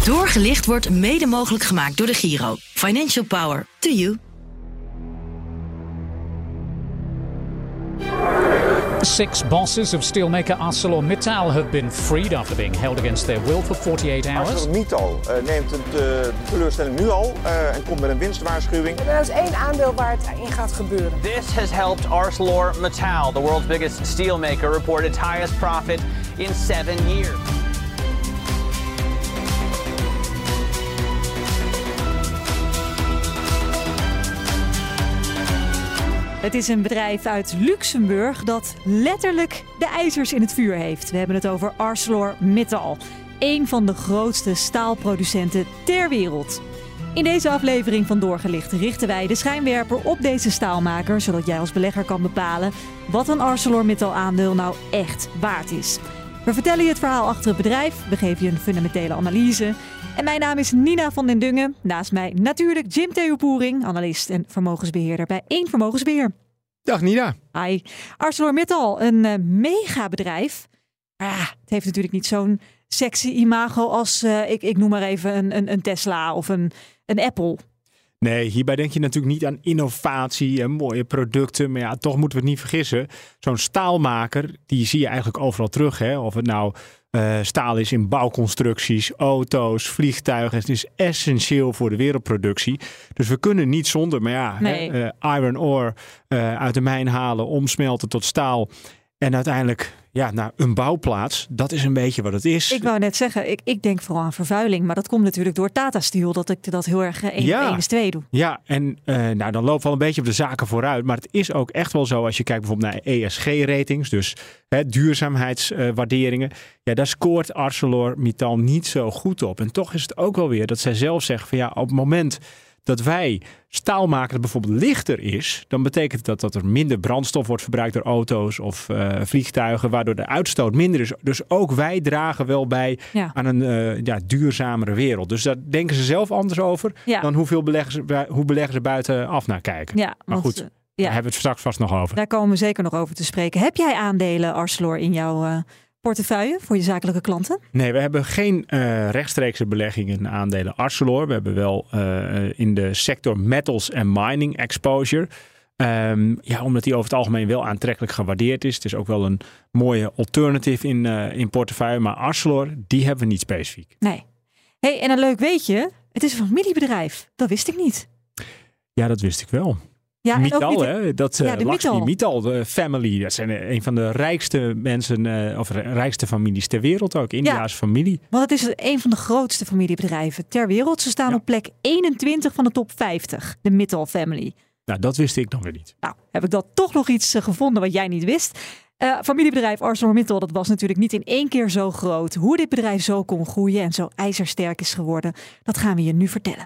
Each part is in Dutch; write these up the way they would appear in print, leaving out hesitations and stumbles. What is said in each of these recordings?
Doorgelicht wordt mede mogelijk gemaakt door de Giro. Financial power to you. 6 bosses of steelmaker ArcelorMittal have been freed after being held against their will for 48 hours. ArcelorMittal neemt de teleurstelling nu al en komt met een winstwaarschuwing. Er is 1 aandeel waar het in gaat gebeuren. This has helped ArcelorMittal, the world's biggest steelmaker, report its highest profit in 7 years. Het is een bedrijf uit Luxemburg dat letterlijk de ijzers in het vuur heeft. We hebben het over ArcelorMittal, een van de grootste staalproducenten ter wereld. In deze aflevering van Doorgelicht richten wij de schijnwerper op deze staalmaker, zodat jij als belegger kan bepalen wat een ArcelorMittal aandeel nou echt waard is. We vertellen je het verhaal achter het bedrijf, we geven je een fundamentele analyse. En mijn naam is Nina van den Dungen. Naast mij natuurlijk Jim Theopoering, analist en vermogensbeheerder bij Eén Vermogensbeheer. Dag Nina. Hi. ArcelorMittal, een megabedrijf. Het heeft natuurlijk niet zo'n sexy imago als, ik noem maar even, een Tesla of een Apple. Nee, hierbij denk je natuurlijk niet aan innovatie en mooie producten. Maar ja, toch moeten we het niet vergissen. Zo'n staalmaker, die zie je eigenlijk overal terug. Hè? Of het nou staal is in bouwconstructies, auto's, vliegtuigen. Het is essentieel voor de wereldproductie. Dus we kunnen niet zonder. Maar ja, nee. Iron ore uit de mijn halen, omsmelten tot staal. En uiteindelijk naar een bouwplaats. Dat is een beetje wat het is. Ik wou net zeggen, ik denk vooral aan vervuiling. Maar dat komt natuurlijk door Tata Steel. Dat ik dat heel erg 1 is 2 doe. Ja, en dan lopen we wel een beetje op de zaken vooruit. Maar het is ook echt wel zo als je kijkt bijvoorbeeld naar ESG-ratings. Dus duurzaamheidswaarderingen. Daar scoort ArcelorMittal niet zo goed op. En toch is het ook wel weer dat zij zelf zeggen van op het moment dat wij staal maken dat bijvoorbeeld lichter is, dan betekent dat er minder brandstof wordt verbruikt door auto's of vliegtuigen, waardoor de uitstoot minder is. Dus ook wij dragen wel bij aan een duurzamere wereld. Dus daar denken ze zelf anders over dan hoe beleggers er buitenaf naar kijken. Ja, maar goed, daar hebben we het straks vast nog over. Daar komen we zeker nog over te spreken. Heb jij aandelen Arcelor in jouw portefeuille voor je zakelijke klanten? Nee, we hebben geen rechtstreekse beleggingen in aandelen Arcelor. We hebben wel in de sector metals en mining exposure. Omdat die over het algemeen wel aantrekkelijk gewaardeerd is. Het is ook wel een mooie alternative in portefeuille. Maar Arcelor, die hebben we niet specifiek. Nee. Hey, en een leuk weetje. Het is een familiebedrijf. Dat wist ik niet. Ja, dat wist ik wel. Ja, Mittal, hè? De Mittal family. Dat zijn een van de rijkste mensen, of rijkste families ter wereld ook. India's familie. Want het is een van de grootste familiebedrijven ter wereld. Ze staan op plek 21 van de top 50. De Mittal family. Nou, dat wist ik nog weer niet. Nou, heb ik dat toch nog iets gevonden wat jij niet wist. Familiebedrijf ArcelorMittal, dat was natuurlijk niet in 1 keer zo groot. Hoe dit bedrijf zo kon groeien en zo ijzersterk is geworden, dat gaan we je nu vertellen.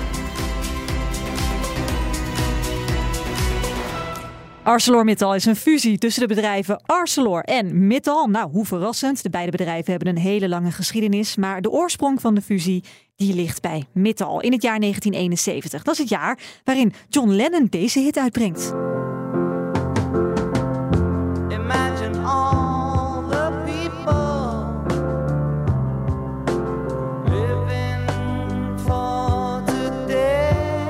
ArcelorMittal is een fusie tussen de bedrijven Arcelor en Mittal. Nou, hoe verrassend. De beide bedrijven hebben een hele lange geschiedenis. Maar de oorsprong van de fusie, die ligt bij Mittal in het jaar 1971. Dat is het jaar waarin John Lennon deze hit uitbrengt. Imagine all the people living for today.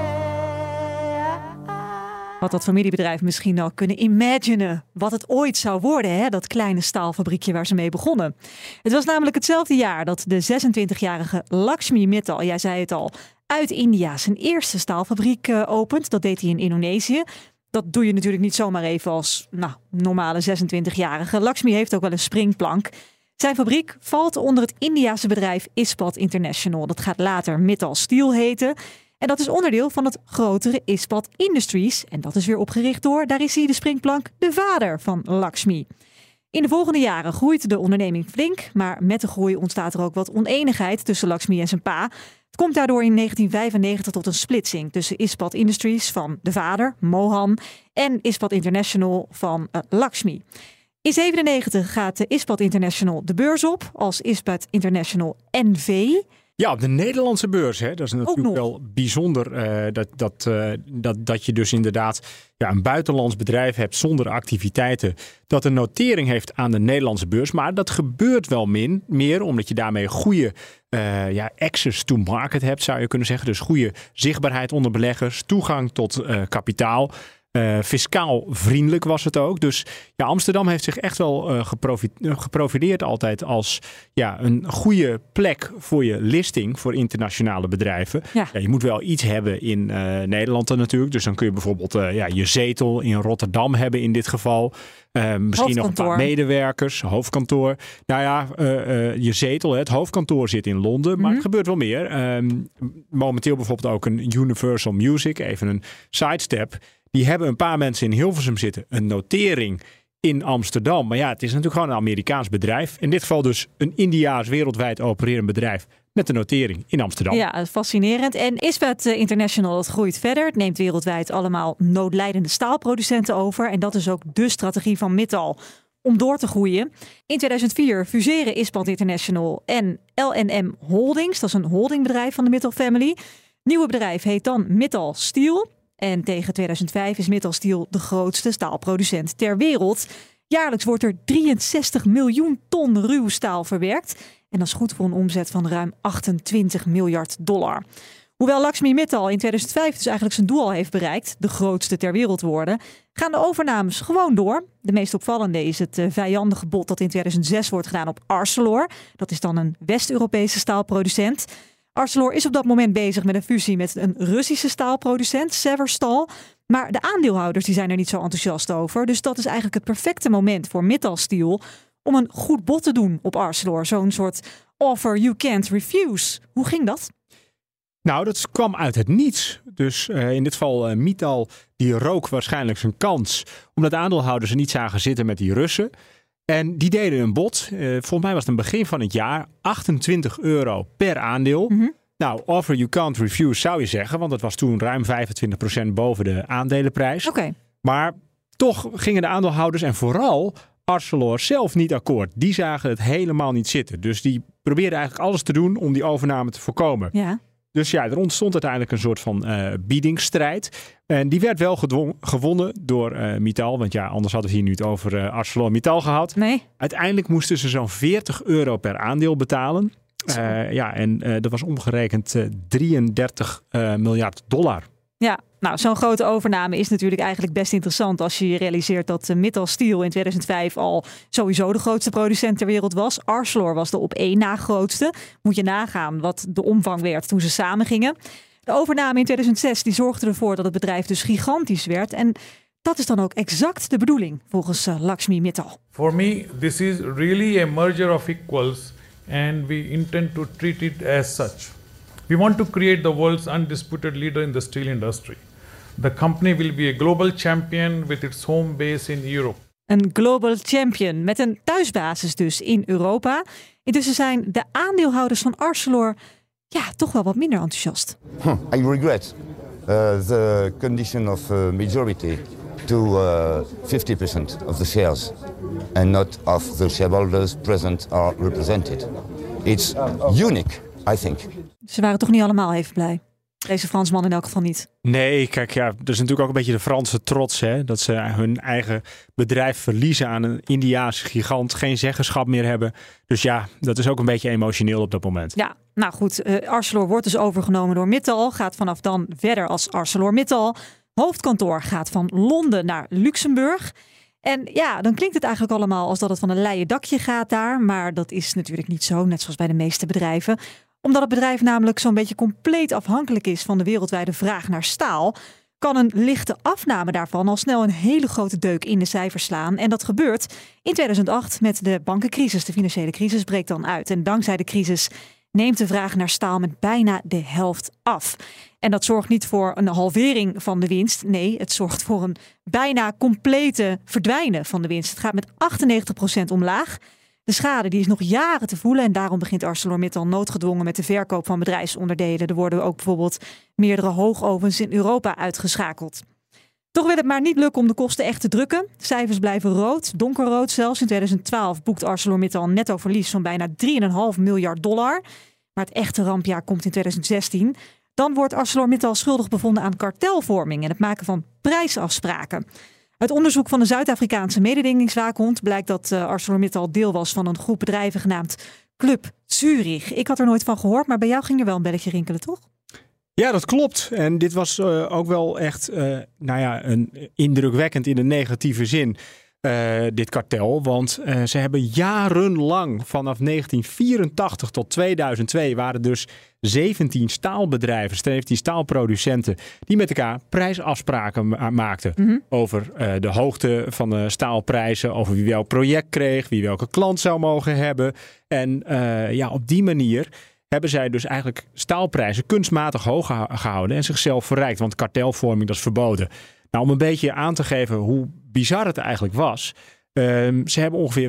Wat dat familiebedrijf misschien al kunnen imaginen wat het ooit zou worden, hè? Dat kleine staalfabriekje waar ze mee begonnen. Het was namelijk hetzelfde jaar dat de 26-jarige Lakshmi Mittal, jij zei het al, uit India zijn eerste staalfabriek opent. Dat deed hij in Indonesië. Dat doe je natuurlijk niet zomaar even als normale 26-jarige. Lakshmi heeft ook wel een springplank. Zijn fabriek valt onder het Indiase bedrijf Ispat International. Dat gaat later Mittal Steel heten. En dat is onderdeel van het grotere Ispat Industries. En dat is weer opgericht door, daar is hij de springplank, de vader van Lakshmi. In de volgende jaren groeit de onderneming flink. Maar met de groei ontstaat er ook wat oneenigheid tussen Lakshmi en zijn pa. Het komt daardoor in 1995 tot een splitsing tussen Ispat Industries van de vader, Mohan, en Ispat International van Lakshmi. In 1997 gaat de Ispat International de beurs op als Ispat International NV. Ja, op de Nederlandse beurs. Hè, dat is natuurlijk wel bijzonder dat je dus inderdaad een buitenlands bedrijf hebt zonder activiteiten. Dat een notering heeft aan de Nederlandse beurs. Maar dat gebeurt wel meer omdat je daarmee goede access to market hebt, zou je kunnen zeggen. Dus goede zichtbaarheid onder beleggers, toegang tot kapitaal. Fiscaal vriendelijk was het ook. Dus Amsterdam heeft zich echt wel geprofileerd altijd als een goede plek voor je listing voor internationale bedrijven. Ja, je moet wel iets hebben in Nederland dan natuurlijk. Dus dan kun je bijvoorbeeld je zetel in Rotterdam hebben in dit geval. Misschien nog een paar medewerkers, hoofdkantoor. Je zetel, het hoofdkantoor zit in Londen, maar het gebeurt wel meer. Momenteel bijvoorbeeld ook een Universal Music, even een sidestep. Die hebben een paar mensen in Hilversum zitten. Een notering in Amsterdam. Maar het is natuurlijk gewoon een Amerikaans bedrijf. In dit geval dus een Indiaas wereldwijd opererend bedrijf met een notering in Amsterdam. Ja, fascinerend. En Iswed International, dat groeit verder. Het neemt wereldwijd allemaal noodlijdende staalproducenten over. En dat is ook de strategie van Mittal om door te groeien. In 2004 fuseren Iswed International en LNM Holdings. Dat is een holdingbedrijf van de Mittal Family. Nieuwe bedrijf heet dan Mittal Steel. En tegen 2005 is Mittal Steel de grootste staalproducent ter wereld. Jaarlijks wordt er 63 miljoen ton ruw staal verwerkt. En dat is goed voor een omzet van ruim $28 miljard. Hoewel Lakshmi Mittal in 2005 dus eigenlijk zijn doel al heeft bereikt, de grootste ter wereld worden, gaan de overnames gewoon door. De meest opvallende is het vijandige bod dat in 2006 wordt gedaan op Arcelor. Dat is dan een West-Europese staalproducent. Arcelor is op dat moment bezig met een fusie met een Russische staalproducent, Severstal. Maar de aandeelhouders die zijn er niet zo enthousiast over. Dus dat is eigenlijk het perfecte moment voor Mittal Steel om een goed bod te doen op Arcelor. Zo'n soort offer you can't refuse. Hoe ging dat? Nou, dat kwam uit het niets. Dus in dit geval Mittal, die rook waarschijnlijk zijn kans, omdat de aandeelhouders er niet zagen zitten met die Russen. En die deden een bod. Volgens mij was het een begin van het jaar. €28 per aandeel. Nou, offer you can't refuse zou je zeggen. Want dat was toen ruim 25% boven de aandelenprijs. Maar toch gingen de aandeelhouders en vooral Arcelor zelf niet akkoord. Die zagen het helemaal niet zitten. Dus die probeerden eigenlijk alles te doen om die overname te voorkomen. Ja. Dus er ontstond uiteindelijk een soort van biedingsstrijd. En die werd wel gewonnen door Mittal. Want anders hadden we hier nu over ArcelorMittal gehad. Nee. Uiteindelijk moesten ze zo'n €40 per aandeel betalen. Dat was omgerekend $33 miljard. Ja, nou, zo'n grote overname is natuurlijk eigenlijk best interessant als je realiseert dat Mittal Steel in 2005 al sowieso de grootste producent ter wereld was. Arcelor was de op één na grootste. Moet je nagaan wat de omvang werd toen ze samen gingen. De overname in 2006 die zorgde ervoor dat het bedrijf dus gigantisch werd. En dat is dan ook exact de bedoeling volgens Lakshmi Mittal. For me, this is really a merger of equals and we intend to treat it as such. We want to create the world's undisputed leader in the steel industry. The company will be a global champion with its home base in Europe. Een global champion met een thuisbasis dus in Europa. Intussen zijn de aandeelhouders van Arcelor toch wel wat minder enthousiast. I regret the condition of majority to 50% of the shares and not of the shareholders present or represented. It's unique, I think. Ze waren toch niet allemaal even blij? Deze Fransman in elk geval niet. Nee, kijk, dat is natuurlijk ook een beetje de Franse trots. Hè? Dat ze hun eigen bedrijf verliezen aan een Indiaas gigant. Geen zeggenschap meer hebben. Dus dat is ook een beetje emotioneel op dat moment. Ja, nou goed. Arcelor wordt dus overgenomen door Mittal. Gaat vanaf dan verder als ArcelorMittal. Hoofdkantoor gaat van Londen naar Luxemburg. En dan klinkt het eigenlijk allemaal als dat het van een leien dakje gaat daar. Maar dat is natuurlijk niet zo, net zoals bij de meeste bedrijven. Omdat het bedrijf namelijk zo'n beetje compleet afhankelijk is van de wereldwijde vraag naar staal, kan een lichte afname daarvan al snel een hele grote deuk in de cijfers slaan. En dat gebeurt in 2008 met de bankencrisis. De financiële crisis breekt dan uit. En dankzij de crisis neemt de vraag naar staal met bijna de helft af. En dat zorgt niet voor een halvering van de winst. Nee, het zorgt voor een bijna complete verdwijnen van de winst. Het gaat met 98% omlaag. De schade die is nog jaren te voelen en daarom begint ArcelorMittal noodgedwongen met de verkoop van bedrijfsonderdelen. Er worden ook bijvoorbeeld meerdere hoogovens in Europa uitgeschakeld. Toch wil het maar niet lukken om de kosten echt te drukken. De cijfers blijven rood, donkerrood zelfs. In 2012 boekt ArcelorMittal een netto verlies van bijna $3,5 miljard. Maar het echte rampjaar komt in 2016. Dan wordt ArcelorMittal schuldig bevonden aan kartelvorming en het maken van prijsafspraken. Uit onderzoek van de Zuid-Afrikaanse mededingingswaakhond blijkt dat ArcelorMittal deel was van een groep bedrijven genaamd Club Zurich. Ik had er nooit van gehoord, maar bij jou ging er wel een belletje rinkelen, toch? Ja, dat klopt. En dit was ook wel echt een indrukwekkend in de negatieve zin, dit kartel. Want ze hebben jarenlang, vanaf 1984 tot 2002, waren dus 17 staalbedrijven, 17 staalproducenten, die met elkaar prijsafspraken maakten. Over de hoogte van de staalprijzen, over wie welk project kreeg, wie welke klant zou mogen hebben. En op die manier hebben zij dus eigenlijk staalprijzen kunstmatig hoog gehouden en zichzelf verrijkt. Want kartelvorming, dat is verboden. Nou, om een beetje aan te geven hoe bizar het eigenlijk was. Ze hebben ongeveer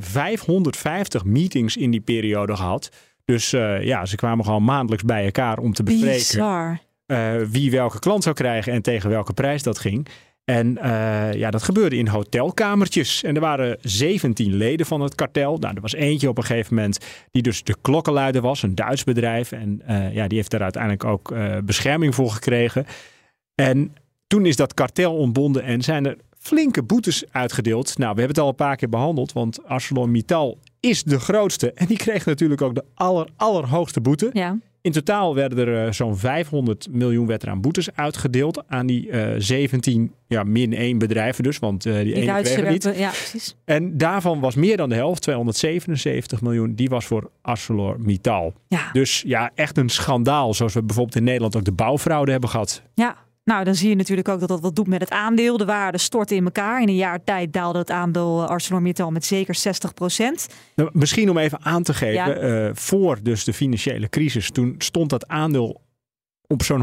550 meetings in die periode gehad. Dus ze kwamen gewoon maandelijks bij elkaar om te bespreken wie welke klant zou krijgen en tegen welke prijs dat ging. En dat gebeurde in hotelkamertjes. En er waren 17 leden van het kartel. Nou, er was eentje op een gegeven moment die dus de klokkenluider was. Een Duits bedrijf. En die heeft daar uiteindelijk ook bescherming voor gekregen. En toen is dat kartel ontbonden en zijn er flinke boetes uitgedeeld. Nou, we hebben het al een paar keer behandeld. Want ArcelorMittal is de grootste. En die kreeg natuurlijk ook de allerhoogste boete. Ja. In totaal werden er zo'n 500 miljoen werd er aan boetes uitgedeeld aan die 17 min 1 bedrijven dus, want die ene kreeg het niet. Ja, precies. En daarvan was meer dan de helft, 277 miljoen, die was voor ArcelorMittal. Ja. Dus ja, echt een schandaal, zoals we bijvoorbeeld in Nederland ook de bouwfraude hebben gehad. Ja. Nou, dan zie je natuurlijk ook dat dat wat doet met het aandeel. De waarde stortte in elkaar. In een jaar tijd daalde het aandeel ArcelorMittal met zeker 60%. Nou, misschien om even aan te geven, voor dus de financiële crisis, toen stond dat aandeel op zo'n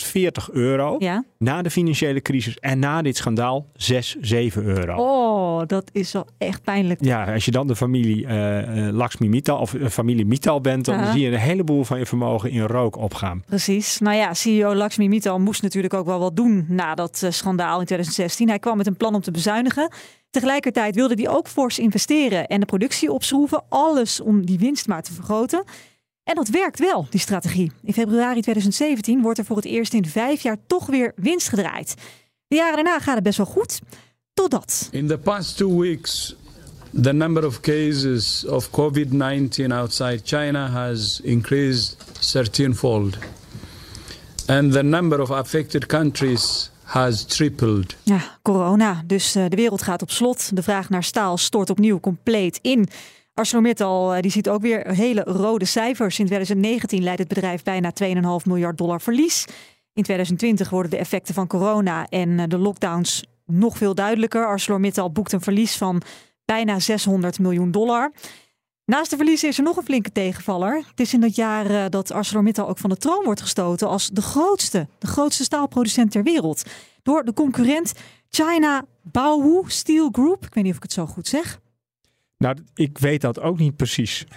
€140. Ja. Na de financiële crisis en na dit schandaal 6, 7 euro. Oh, dat is wel echt pijnlijk. Ja, als je dan de familie Lakshmi Mittal of familie Mittal bent, dan zie je een heleboel van je vermogen in rook opgaan. Precies. Nou ja, CEO Lakshmi Mittal moest natuurlijk ook wel wat doen na dat schandaal in 2016. Hij kwam met een plan om te bezuinigen. Tegelijkertijd wilde hij ook fors investeren en de productie opschroeven. Alles om die winst maar te vergroten. En dat werkt wel, die strategie. In februari 2017 wordt er voor het eerst in 5 jaar toch weer winst gedraaid. De jaren daarna gaat het best wel goed, totdat. In the past 2 weeks, the number of cases of COVID-19 outside China has increased 13-fold. And the number of affected countries has tripled. Ja, corona. Dus de wereld gaat op slot. De vraag naar staal stort opnieuw compleet in. ArcelorMittal die ziet ook weer hele rode cijfers. In 2019 leidt het bedrijf bijna $2,5 miljard verlies. In 2020 worden de effecten van corona en de lockdowns nog veel duidelijker. ArcelorMittal boekt een verlies van bijna $600 miljoen. Naast de verliezen is er nog een flinke tegenvaller. Het is in dat jaar dat ArcelorMittal ook van de troon wordt gestoten als de grootste staalproducent ter wereld. Door de concurrent China Baowu Steel Group. Ik weet niet of ik het zo goed zeg. Nou, ik weet dat ook niet precies.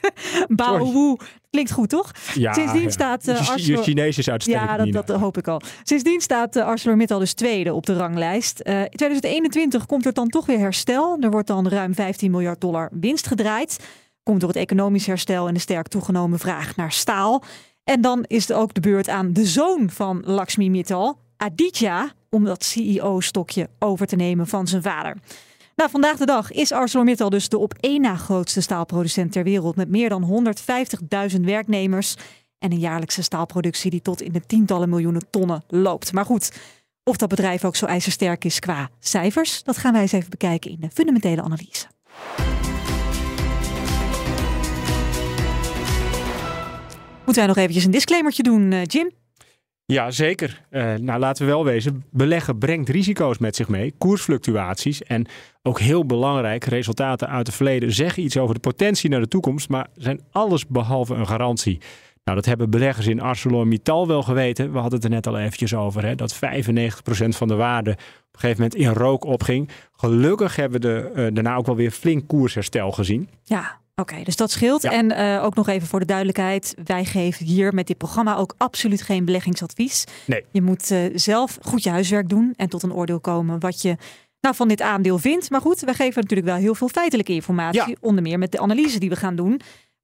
Baowu, klinkt goed toch? Ja, sindsdien staat je Chinees is uitstekend. Ja, dat hoop ik al. Sindsdien staat ArcelorMittal dus tweede op de ranglijst. In 2021 komt er dan toch weer herstel. Er wordt dan ruim $15 miljard winst gedraaid. Komt door het economisch herstel en de sterk toegenomen vraag naar staal. En dan is er ook de beurt aan de zoon van Lakshmi Mittal, Aditya, om dat CEO-stokje over te nemen van zijn vader. Nou, vandaag de dag is ArcelorMittal dus de op één na grootste staalproducent ter wereld met meer dan 150.000 werknemers en een jaarlijkse staalproductie die tot in de tientallen miljoenen tonnen loopt. Maar goed, of dat bedrijf ook zo ijzersterk is qua cijfers, dat gaan wij eens even bekijken in de fundamentele analyse. Moeten wij nog eventjes een disclaimertje doen, Jim? Ja, zeker. Nou, laten we wel wezen. Beleggen brengt risico's met zich mee. Koersfluctuaties en ook heel belangrijk, resultaten uit het verleden zeggen iets over de potentie naar de toekomst, maar zijn alles behalve een garantie. Nou, dat hebben beleggers in ArcelorMittal wel geweten. We hadden het er net al eventjes over, hè, dat 95% van de waarde op een gegeven moment in rook opging. Gelukkig hebben we daarna ook wel weer flink koersherstel gezien. Ja. Oké, dus dat scheelt. Ja. En ook nog even voor de duidelijkheid. Wij geven hier met dit programma ook absoluut geen beleggingsadvies. Nee. Je moet zelf goed je huiswerk doen en tot een oordeel komen wat je van dit aandeel vindt. Maar goed, wij geven natuurlijk wel heel veel feitelijke informatie. Ja. Onder meer met de analyse die we gaan doen.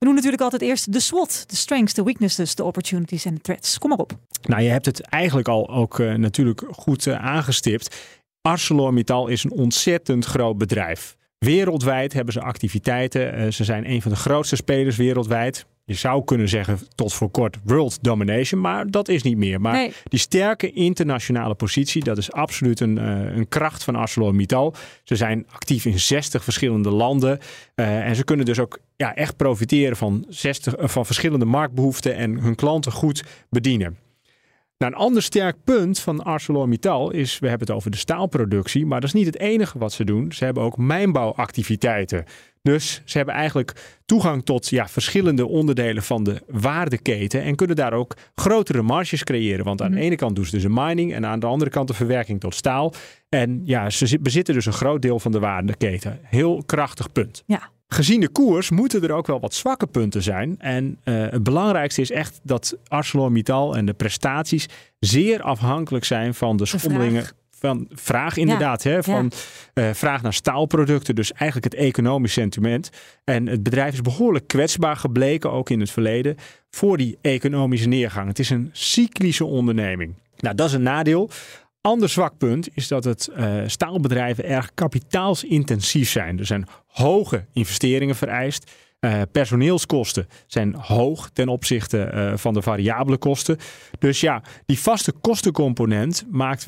We doen natuurlijk altijd eerst de SWOT. De strengths, de weaknesses, de opportunities en de threats. Kom maar op. Nou, je hebt het eigenlijk al ook natuurlijk goed aangestipt. ArcelorMittal is een ontzettend groot bedrijf. Wereldwijd hebben ze activiteiten. Ze zijn een van de grootste spelers wereldwijd. Je zou kunnen zeggen tot voor kort world domination, maar dat is niet meer. Maar die sterke internationale positie, dat is absoluut een kracht van ArcelorMittal. Ze zijn actief in 60 verschillende landen. En ze kunnen dus ook echt profiteren van verschillende marktbehoeften en hun klanten goed bedienen. Nou, een ander sterk punt van ArcelorMittal is, we hebben het over de staalproductie, maar dat is niet het enige wat ze doen. Ze hebben ook mijnbouwactiviteiten. Dus ze hebben eigenlijk toegang tot verschillende onderdelen van de waardeketen en kunnen daar ook grotere marges creëren. Want aan de ene kant doen ze dus een mining en aan de andere kant de verwerking tot staal. En ze bezitten dus een groot deel van de waardeketen. Heel krachtig punt. Ja. Gezien de koers moeten er ook wel wat zwakke punten zijn. En het belangrijkste is echt dat ArcelorMittal en de prestaties zeer afhankelijk zijn van de schommelingen. Van vraag inderdaad, van vraag naar staalproducten. Dus eigenlijk het economisch sentiment. En het bedrijf is behoorlijk kwetsbaar gebleken, ook in het verleden, voor die economische neergang. Het is een cyclische onderneming. Nou, dat is een nadeel. Ander zwak punt is dat het staalbedrijven erg kapitaalsintensief zijn. Er zijn hoge investeringen vereist. Personeelskosten zijn hoog ten opzichte van de variabele kosten. Dus die vaste kostencomponent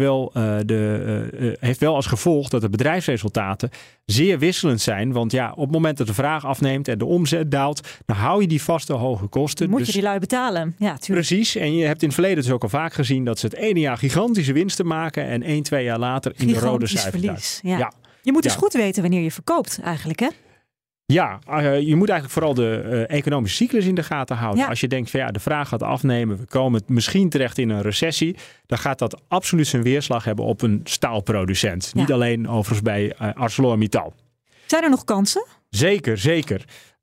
heeft wel als gevolg dat de bedrijfsresultaten zeer wisselend zijn. Want op het moment dat de vraag afneemt en de omzet daalt, dan hou je die vaste hoge kosten. Moet je die lui betalen. Ja, tuurlijk. Precies. En je hebt in het verleden dus ook al vaak gezien dat ze het ene jaar gigantische winsten maken en 1-2 jaar later in de rode cijfers verlies. Ja. Je moet dus goed weten wanneer je verkoopt eigenlijk, hè? Ja, je moet eigenlijk vooral de economische cyclus in de gaten houden. Ja. Als je denkt van de vraag gaat afnemen, we komen misschien terecht in een recessie, dan gaat dat absoluut zijn weerslag hebben op een staalproducent. Ja. Niet alleen overigens bij ArcelorMittal. Zijn er nog kansen? Zeker.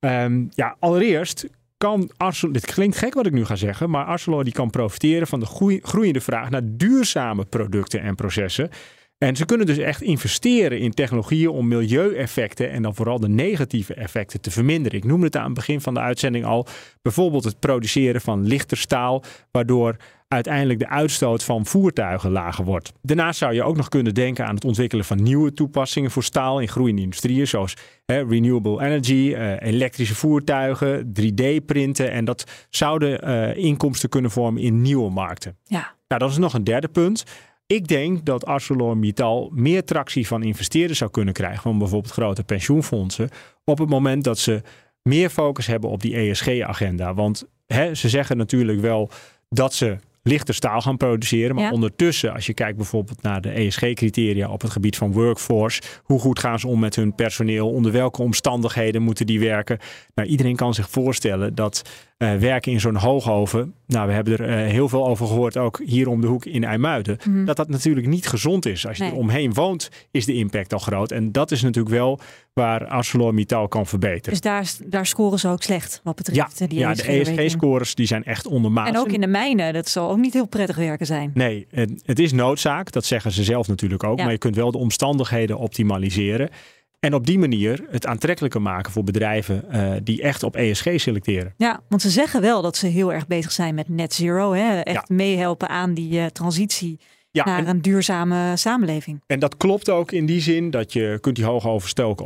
Allereerst kan Arcelor, dit klinkt gek wat ik nu ga zeggen, maar Arcelor die kan profiteren van de groeiende vraag naar duurzame producten en processen. En ze kunnen dus echt investeren in technologieën om milieueffecten en dan vooral de negatieve effecten te verminderen. Ik noemde het aan het begin van de uitzending al. Bijvoorbeeld het produceren van lichter staal, waardoor uiteindelijk de uitstoot van voertuigen lager wordt. Daarnaast zou je ook nog kunnen denken aan het ontwikkelen van nieuwe toepassingen voor staal in groeiende industrieën, zoals renewable energy, elektrische voertuigen, 3D-printen. En dat zouden inkomsten kunnen vormen in nieuwe markten. Ja. Nou, dat is nog een derde punt. Ik denk dat ArcelorMittal meer tractie van investeerders zou kunnen krijgen, van bijvoorbeeld grote pensioenfondsen, op het moment dat ze meer focus hebben op die ESG-agenda. Want ze zeggen natuurlijk wel dat ze lichter staal gaan produceren. Maar ondertussen, als je kijkt bijvoorbeeld naar de ESG-criteria op het gebied van workforce, hoe goed gaan ze om met hun personeel, onder welke omstandigheden moeten die werken. Nou, iedereen kan zich voorstellen dat werken in zo'n hoogoven, nou, we hebben er heel veel over gehoord, ook hier om de hoek in IJmuiden, dat natuurlijk niet gezond is. Als je er omheen woont, is de impact al groot. En dat is natuurlijk wel waar ArcelorMittal kan verbeteren. Dus daar scoren ze ook slecht wat betreft die ESG-rating. De ESG-scores die zijn echt ondermaats. En ook in de mijnen, dat zal ook niet heel prettig werken zijn. Nee, het is noodzaak, dat zeggen ze zelf natuurlijk ook, maar je kunt wel de omstandigheden optimaliseren. En op die manier het aantrekkelijker maken voor bedrijven die echt op ESG selecteren. Ja, want ze zeggen wel dat ze heel erg bezig zijn met net zero. Echt meehelpen aan die transitie naar een duurzame samenleving. En dat klopt ook in die zin dat je kunt die hoogoven stoken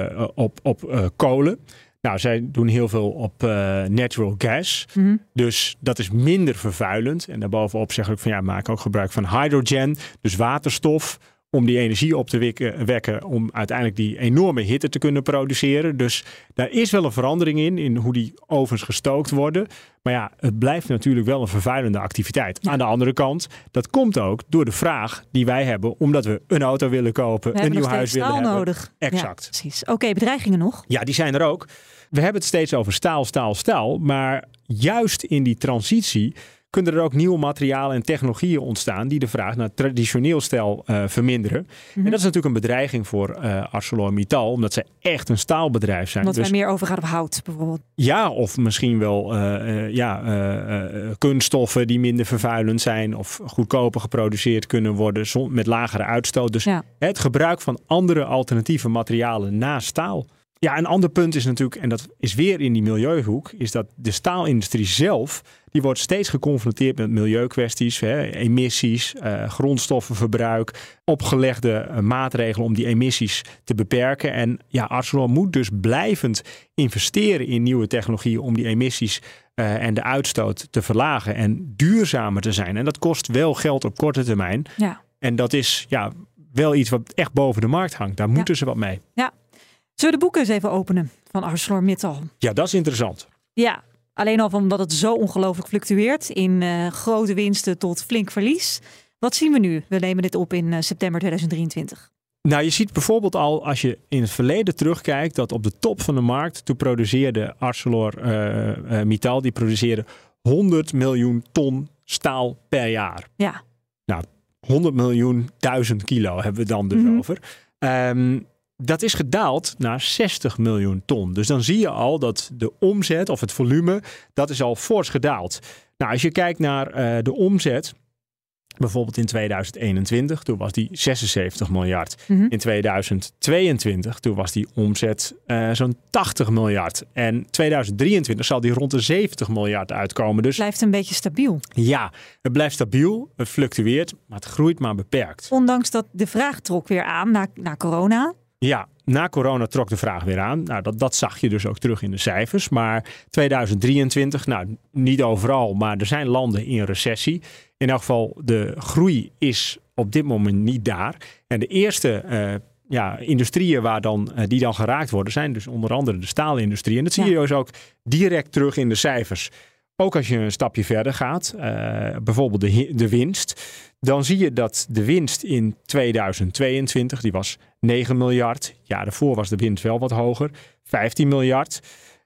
op kolen. Nou, zij doen heel veel op natural gas. Dus dat is minder vervuilend. En daarbovenop zeg ik van maak ook gebruik van hydrogen, dus waterstof, om die energie op te wekken, om uiteindelijk die enorme hitte te kunnen produceren. Dus daar is wel een verandering in hoe die ovens gestookt worden. Maar het blijft natuurlijk wel een vervuilende activiteit. Ja. Aan de andere kant, dat komt ook door de vraag die wij hebben, omdat we een auto willen kopen, een nieuw huis willen hebben. Nodig. Exact. Ja, precies. Oké, bedreigingen nog? Ja, die zijn er ook. We hebben het steeds over staal. Maar juist in die transitie kunnen er ook nieuwe materialen en technologieën ontstaan die de vraag naar traditioneel stijl verminderen. En dat is natuurlijk een bedreiging voor ArcelorMittal, omdat ze echt een staalbedrijf zijn. Omdat wij meer overgaan op hout bijvoorbeeld. Ja, of misschien wel kunststoffen die minder vervuilend zijn of goedkoper geproduceerd kunnen worden met lagere uitstoot. Dus het gebruik van andere alternatieve materialen naast staal. een ander punt is natuurlijk, en dat is weer in die milieuhoek, is dat de staalindustrie zelf, die wordt steeds geconfronteerd met milieukwesties, emissies, grondstoffenverbruik, opgelegde maatregelen om die emissies te beperken. En Arcelor moet dus blijvend investeren in nieuwe technologieën om die emissies en de uitstoot te verlagen en duurzamer te zijn. En dat kost wel geld op korte termijn. Ja. En dat is wel iets wat echt boven de markt hangt. Daar moeten ze wat mee. Ja. Zullen we de boeken eens even openen van ArcelorMittal? Ja, dat is interessant. Ja, alleen al omdat het zo ongelooflijk fluctueert. In grote winsten tot flink verlies. Wat zien we nu? We nemen dit op in september 2023. Nou, je ziet bijvoorbeeld al als je in het verleden terugkijkt, dat op de top van de markt, toen produceerde ArcelorMittal, die produceerde 100 miljoen ton staal per jaar. Ja. Nou, 100 miljoen 1000 kilo hebben we dan dus over. Dat is gedaald naar 60 miljoen ton. Dus dan zie je al dat de omzet of het volume, dat is al fors gedaald. Nou, als je kijkt naar de omzet, bijvoorbeeld in 2021, toen was die 76 miljard. In 2022, toen was die omzet zo'n 80 miljard. En 2023 zal die rond de 70 miljard uitkomen. Dus blijft een beetje stabiel. Ja, het blijft stabiel, het fluctueert, maar het groeit maar beperkt. Ondanks dat de vraag trok weer aan na corona. Ja, na corona trok de vraag weer aan. Nou, dat zag je dus ook terug in de cijfers. Maar 2023, nou niet overal, maar er zijn landen in recessie. In elk geval, de groei is op dit moment niet daar. En de eerste industrieën die dan geraakt worden, zijn dus onder andere de staalindustrie. En dat zie je dus ook direct terug in de cijfers. Ook als je een stapje verder gaat, bijvoorbeeld de winst. Dan zie je dat de winst in 2022, die was 9 miljard. Ja, daarvoor was de winst wel wat hoger, 15 miljard.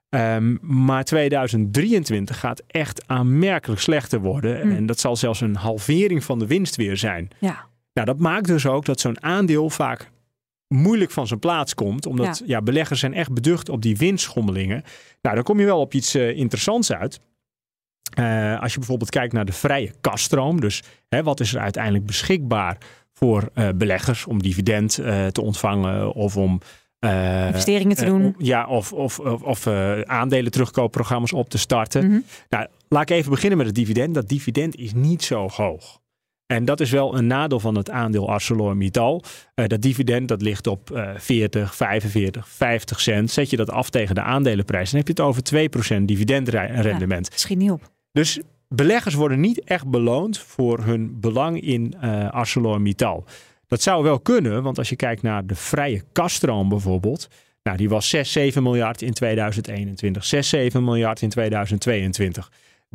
Maar 2023 gaat echt aanmerkelijk slechter worden. En dat zal zelfs een halvering van de winst weer zijn. Ja. Nou, dat maakt dus ook dat zo'n aandeel vaak moeilijk van zijn plaats komt. Omdat beleggers zijn echt beducht op die winstschommelingen. Nou, dan kom je wel op iets interessants uit. Als je bijvoorbeeld kijkt naar de vrije kasstroom. Dus wat is er uiteindelijk beschikbaar voor beleggers om dividend te ontvangen of om investeringen te doen. Of aandelen terugkoopprogramma's op te starten. Nou, laat ik even beginnen met het dividend. Dat dividend is niet zo hoog. En dat is wel een nadeel van het aandeel ArcelorMittal. Dat dividend dat ligt op 40, 45, 50 cent. Zet je dat af tegen de aandelenprijs, dan heb je het over 2% dividendrendement. Ja, schiet niet op. Dus beleggers worden niet echt beloond voor hun belang in ArcelorMittal. Dat zou wel kunnen, want als je kijkt naar de vrije kasstroom bijvoorbeeld. Nou, die was 6, 7 miljard in 2021. 6, 7 miljard in 2022.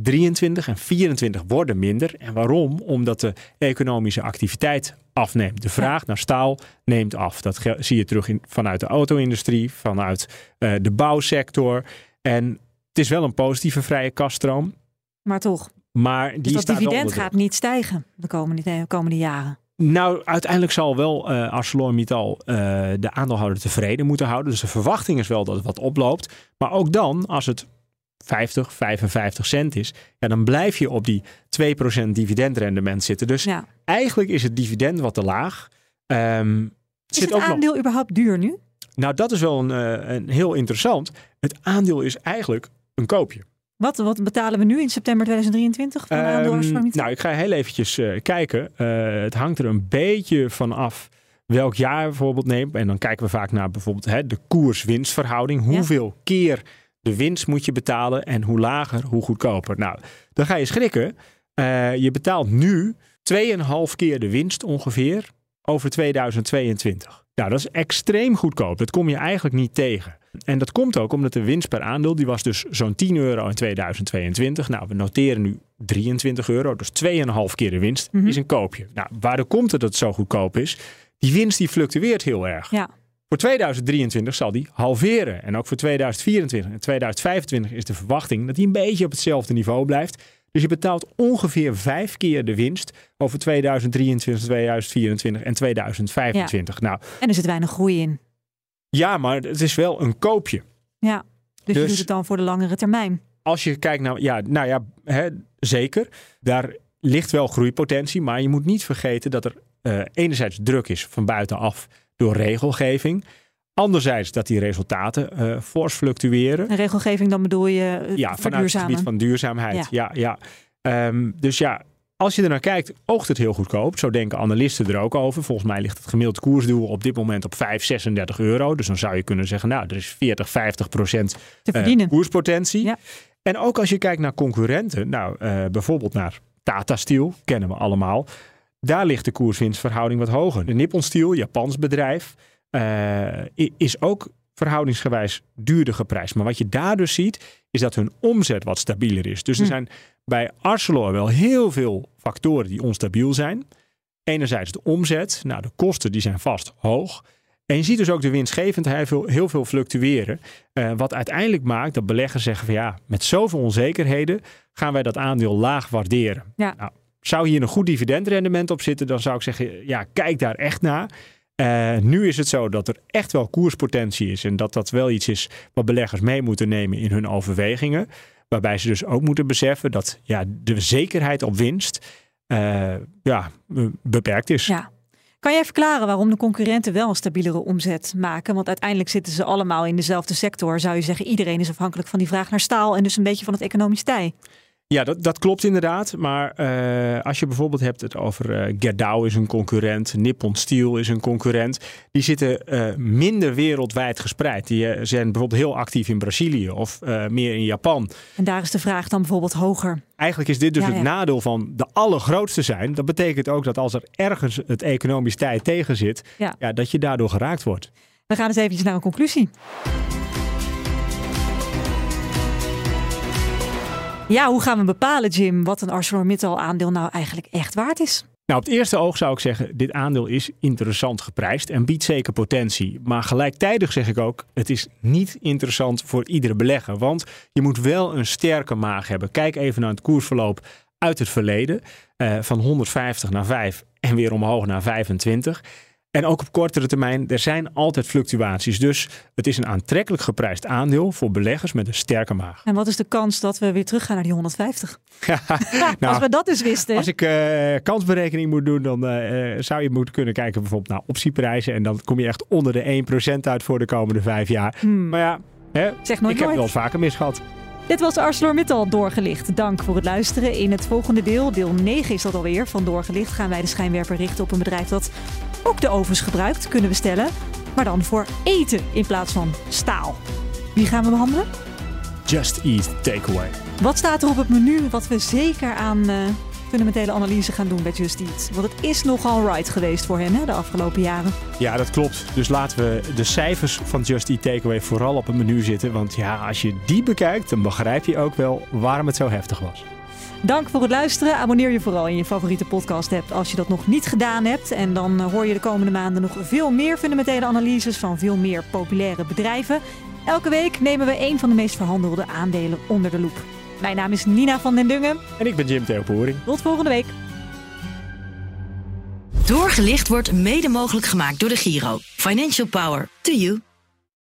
23 en 24 worden minder. En waarom? Omdat de economische activiteit afneemt. De vraag naar staal neemt af. Dat zie je terug vanuit de auto-industrie, vanuit de bouwsector. En het is wel een positieve vrije kasstroom. Maar toch. Maar die dus dat dividend gaat niet stijgen de komende jaren. Nou, uiteindelijk zal wel ArcelorMittal de aandeelhouder tevreden moeten houden. Dus de verwachting is wel dat het wat oploopt. Maar ook dan, als het 50, 55 cent is, dan blijf je op die 2% dividendrendement zitten. Dus eigenlijk is het dividend wat te laag. Is het aandeel überhaupt duur nu? Nou, dat is wel een heel interessant. Het aandeel is eigenlijk een koopje. Wat betalen we nu in september 2023 voor een aandeel ArcelorMittal? Nou, ik ga heel eventjes kijken. Het hangt er een beetje van af welk jaar bijvoorbeeld neemt. En dan kijken we vaak naar bijvoorbeeld de koers-winstverhouding. Hoeveel keer de winst moet je betalen en hoe lager, hoe goedkoper. Nou, dan ga je schrikken. Je betaalt nu 2,5 keer de winst ongeveer over 2022. Nou, dat is extreem goedkoop. Dat kom je eigenlijk niet tegen. En dat komt ook omdat de winst per aandeel, die was dus zo'n €10 in 2022. Nou, we noteren nu €23. Dus 2,5 keer de winst is een koopje. Nou, waardoor komt het dat het zo goedkoop is? Die winst die fluctueert heel erg. Ja. Voor 2023 zal die halveren. En ook voor 2024 en 2025 is de verwachting dat die een beetje op hetzelfde niveau blijft. Dus je betaalt ongeveer 5 keer de winst over 2023, 2024 en 2025. Ja. Nou, en er zit weinig groei in. Ja, maar het is wel een koopje. Ja, dus je doet het dan voor de langere termijn. Als je kijkt naar, zeker. Daar ligt wel groeipotentie, maar je moet niet vergeten dat er enerzijds druk is van buitenaf door regelgeving. Anderzijds dat die resultaten fors fluctueren. En regelgeving, dan bedoel je vanuit het gebied van duurzaamheid. Ja. Dus ja, als je er naar kijkt, oogt het heel goedkoop. Zo denken analisten er ook over. Volgens mij ligt het gemiddelde koersdoel op dit moment op €5,36. Dus dan zou je kunnen zeggen, er is 40-50% koerspotentie. Ja. En ook als je kijkt naar concurrenten, bijvoorbeeld naar Tata Steel, kennen we allemaal. Daar ligt de koerswinstverhouding wat hoger. De Nippon Steel, Japans bedrijf, is ook verhoudingsgewijs duurder geprijsd. Maar wat je daar dus ziet, is dat hun omzet wat stabieler is. Dus er zijn bij Arcelor wel heel veel factoren die onstabiel zijn. Enerzijds de omzet. De kosten die zijn vast hoog. En je ziet dus ook de winstgevendheid heel veel fluctueren. Wat uiteindelijk maakt dat beleggers zeggen van met zoveel onzekerheden gaan wij dat aandeel laag waarderen. Ja. Zou hier een goed dividendrendement op zitten, dan zou ik zeggen, kijk daar echt naar. Nu is het zo dat er echt wel koerspotentie is en dat wel iets is wat beleggers mee moeten nemen in hun overwegingen. Waarbij ze dus ook moeten beseffen dat de zekerheid op winst beperkt is. Ja. Kan jij verklaren waarom de concurrenten wel een stabielere omzet maken? Want uiteindelijk zitten ze allemaal in dezelfde sector. Zou je zeggen, iedereen is afhankelijk van die vraag naar staal en dus een beetje van het economisch tij. Ja, dat klopt inderdaad. Maar als je bijvoorbeeld hebt het over Gerdau is een concurrent, Nippon Steel is een concurrent. Die zitten minder wereldwijd gespreid. Die zijn bijvoorbeeld heel actief in Brazilië of meer in Japan. En daar is de vraag dan bijvoorbeeld hoger. Eigenlijk is dit dus het nadeel van de allergrootste zijn. Dat betekent ook dat als er ergens het economisch tij tegen zit, dat je daardoor geraakt wordt. We gaan eens eventjes naar een conclusie. Ja, hoe gaan we bepalen, Jim, wat een ArcelorMittal aandeel nou eigenlijk echt waard is? Op het eerste oog zou ik zeggen, dit aandeel is interessant geprijsd en biedt zeker potentie. Maar gelijktijdig zeg ik ook, het is niet interessant voor iedere belegger. Want je moet wel een sterke maag hebben. Kijk even naar het koersverloop uit het verleden. Van 150 naar 5 en weer omhoog naar 25. En ook op kortere termijn, er zijn altijd fluctuaties. Dus het is een aantrekkelijk geprijsd aandeel voor beleggers met een sterke maag. En wat is de kans dat we weer teruggaan naar die 150? Als we dat dus wisten. Als ik kansberekening moet doen, dan zou je moeten kunnen kijken bijvoorbeeld naar optieprijzen. En dan kom je echt onder de 1% uit voor de komende 5 jaar. Maar zeg nooit ik heb het wel eens vaker misgehad. Dit was ArcelorMittal Doorgelicht. Dank voor het luisteren. In het volgende deel 9 is dat alweer, van Doorgelicht, gaan wij de schijnwerper richten op een bedrijf dat ook de ovens gebruikt, kunnen we stellen. Maar dan voor eten in plaats van staal. Wie gaan we behandelen? Just Eat Takeaway. Wat staat er op het menu wat we zeker aan fundamentele analyse gaan doen bij Just Eat? Want het is nogal right geweest voor hen de afgelopen jaren. Ja, dat klopt. Dus laten we de cijfers van Just Eat Takeaway vooral op het menu zitten. Want als je die bekijkt, dan begrijp je ook wel waarom het zo heftig was. Dank voor het luisteren. Abonneer je vooral in je favoriete podcast app als je dat nog niet gedaan hebt. En dan hoor je de komende maanden nog veel meer fundamentele analyses van veel meer populaire bedrijven. Elke week nemen we een van de meest verhandelde aandelen onder de loep. Mijn naam is Nina van den Dungen. En ik ben Jim Theopoering. Tot volgende week. Doorgelicht wordt mede mogelijk gemaakt door de Giro. Financial Power to you.